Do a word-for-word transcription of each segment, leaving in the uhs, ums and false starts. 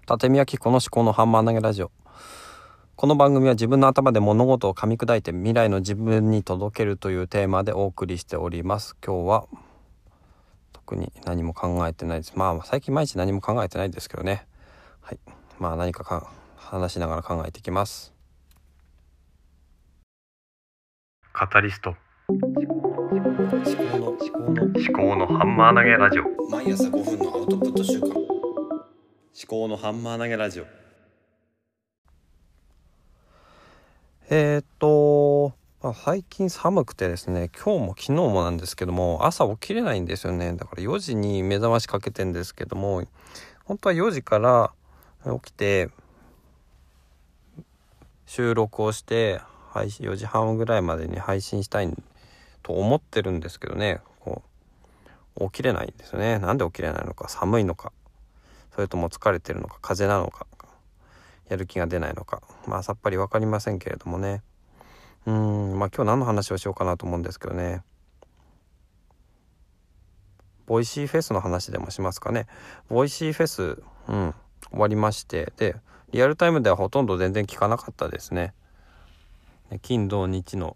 立見明子の思考のハンマー投げラジオ。この番組は自分の頭で物事を噛み砕いて未来の自分に届けるというテーマでお送りしております。今日は特に何も考えてないです。まあ最近毎日何も考えてないですけどね。はい。まあ何かか話しながら考えていきます。カタリスト。思考の思考の思考のハンマー投げラジオ。 毎朝ごふんのアウトプット週間。 思考のハンマー投げラジオ。えー、っと、まあ、最近寒くてですね、今日も昨日もなんですけども、朝起きれないんですよね。だからよじに目覚ましかけてんですけども、本当はよじから起きて収録をして配信よじはんぐらいまでに配信したいと思ってるんですけどね、こう起きれないんですよね。なんで起きれないのか、寒いのか、それとも疲れてるのか、風邪なのか、やる気が出ないのか、まあさっぱりわかりませんけれどもね。うーんまあ今日何の話をしようかなと思うんですけどね。ボイシーフェスの話でもしますかね。ボイシーフェス、うん、終わりまして、でリアルタイムではほとんど全然聞かなかったですね。金土日の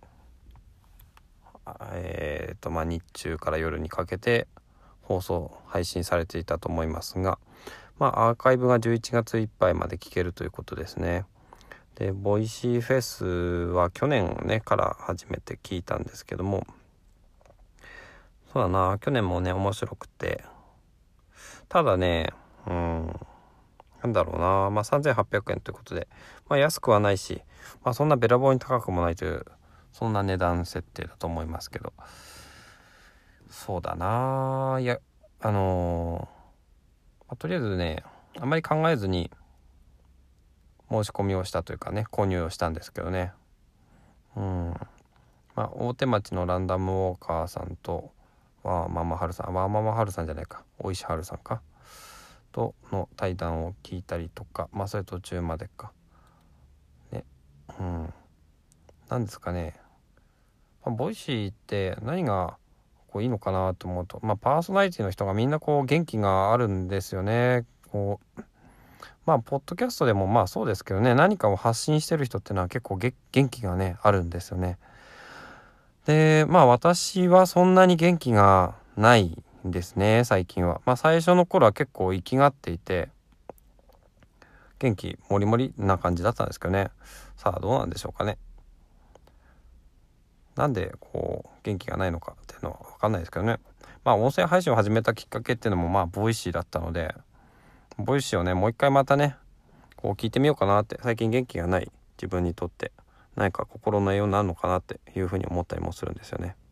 えーとまあ日中から夜にかけて放送配信されていたと思いますが、まあアーカイブがじゅういちがついっぱいまで聞けるということですね。でボイシーフェスは去年ねから初めて聞いたんですけども、そうだな、去年もね面白くて、ただねうんなんだろうな、まあさんぜんはっぴゃくえんということで、まあ安くはないし、まあそんなべらぼうに高くもないという、そんな値段設定だと思いますけど、そうだな、いやあのーまあ、とりあえずねあまり考えずに申し込みをしたというかね、購入をしたんですけどね。うんまあ大手町のランダムウォーカーさんとワーママハルさんワーママハルさんじゃないか大石ハルさんかとの対談を聞いたりとか、まあそれ途中までかね。うんなんですかね、まあ、ボイシーって何がこういいのかなと思うと、まあパーソナリティの人がみんなこう元気があるんですよね。こうまあポッドキャストでもまあそうですけどね、何かを発信してる人ってのは結構げ元気がねあるんですよね。でまあ私はそんなに元気がないんですね最近は。まあ最初の頃は結構生きがっていて元気もりもりな感じだったんですけどね。さあどうなんでしょうかね。なんでこう元気がないのかっていうのは分かんないですけどね。まあ音声配信を始めたきっかけっていうのもまあボイシーだったので、ボイシーをねもう一回またねこう聞いてみようかなって、最近元気がない自分にとって何か心の栄養になるのかなっていうふうに思ったりもするんですよね。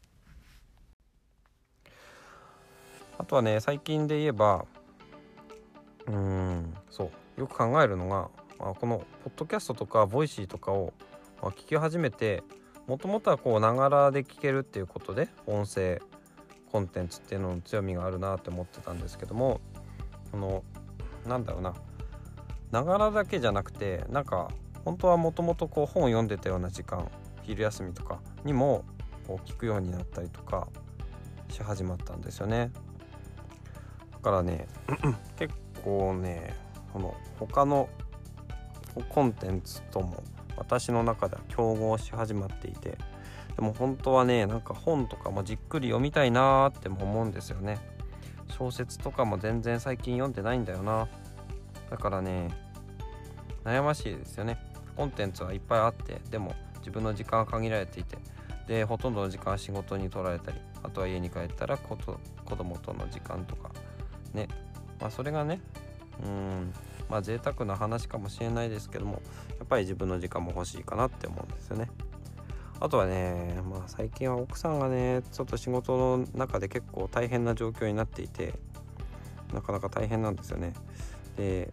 あとはね最近で言えばうーんそうよく考えるのが、まあ、このポッドキャストとかボイシーとかを、まあ、聞き始めて、もともとはこうながらで聞けるっていうことで音声コンテンツっていうのの強みがあるなって思ってたんですけども、このなんだろうなながらだけじゃなくて、なんか本当はもともとこう本を読んでたような時間、昼休みとかにもこう聞くようになったりとかし始まったんですよね。だからね結構ねこの他のコンテンツとも私の中では競合し始まっていて、でも本当はねなんか本とかもじっくり読みたいなーっても思うんですよね。小説とかも全然最近読んでないんだよな。だからね悩ましいですよね。コンテンツはいっぱいあって、でも自分の時間は限られていて、でほとんどの時間は仕事に取られたり、あとは家に帰ったらこと子供との時間とかね、まあそれがねうーんまあ贅沢な話かもしれないですけども、やっぱり自分の時間も欲しいかなって思うんですよね。あとはねまあ最近は奥さんがねちょっと仕事の中で結構大変な状況になっていて、なかなか大変なんですよね。で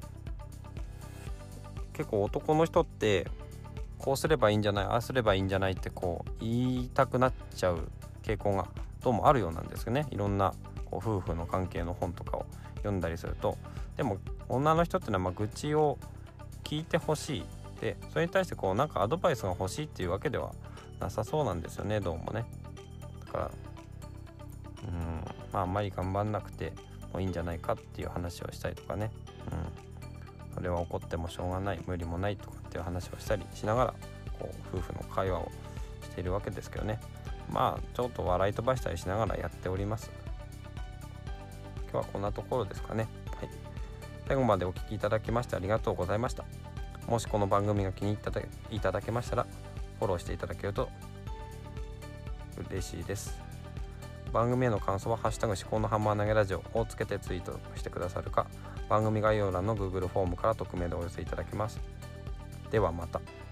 結構男の人ってこうすればいいんじゃない、ああすればいいんじゃないってこう言いたくなっちゃう傾向がどうもあるようなんですよね。いろんなこう夫婦の関係の本とかを読んだりすると、でも女の人ってのはまあ愚痴を聞いてほしいで、それに対してこうなんかアドバイスが欲しいっていうわけではなさそうなんですよね、どうもね。だからうんまああんまり頑張んなくてもいいんじゃないかっていう話をしたりとかね。うんそれは怒ってもしょうがない、無理もないとかっていう話をしたりしながらこう夫婦の会話をしているわけですけどね。まあちょっと笑い飛ばしたりしながらやっております。今日はこんなところですかね。はい、最後までお聞きいただきましてありがとうございました。もしこの番組が気に入っていただけましたらフォローしていただけると嬉しいです。番組への感想はハッシュタグ思考のハンマー投げラジオをつけてツイートしてくださるか、番組概要欄の Google フォームから匿名でお寄せいただけます。ではまた。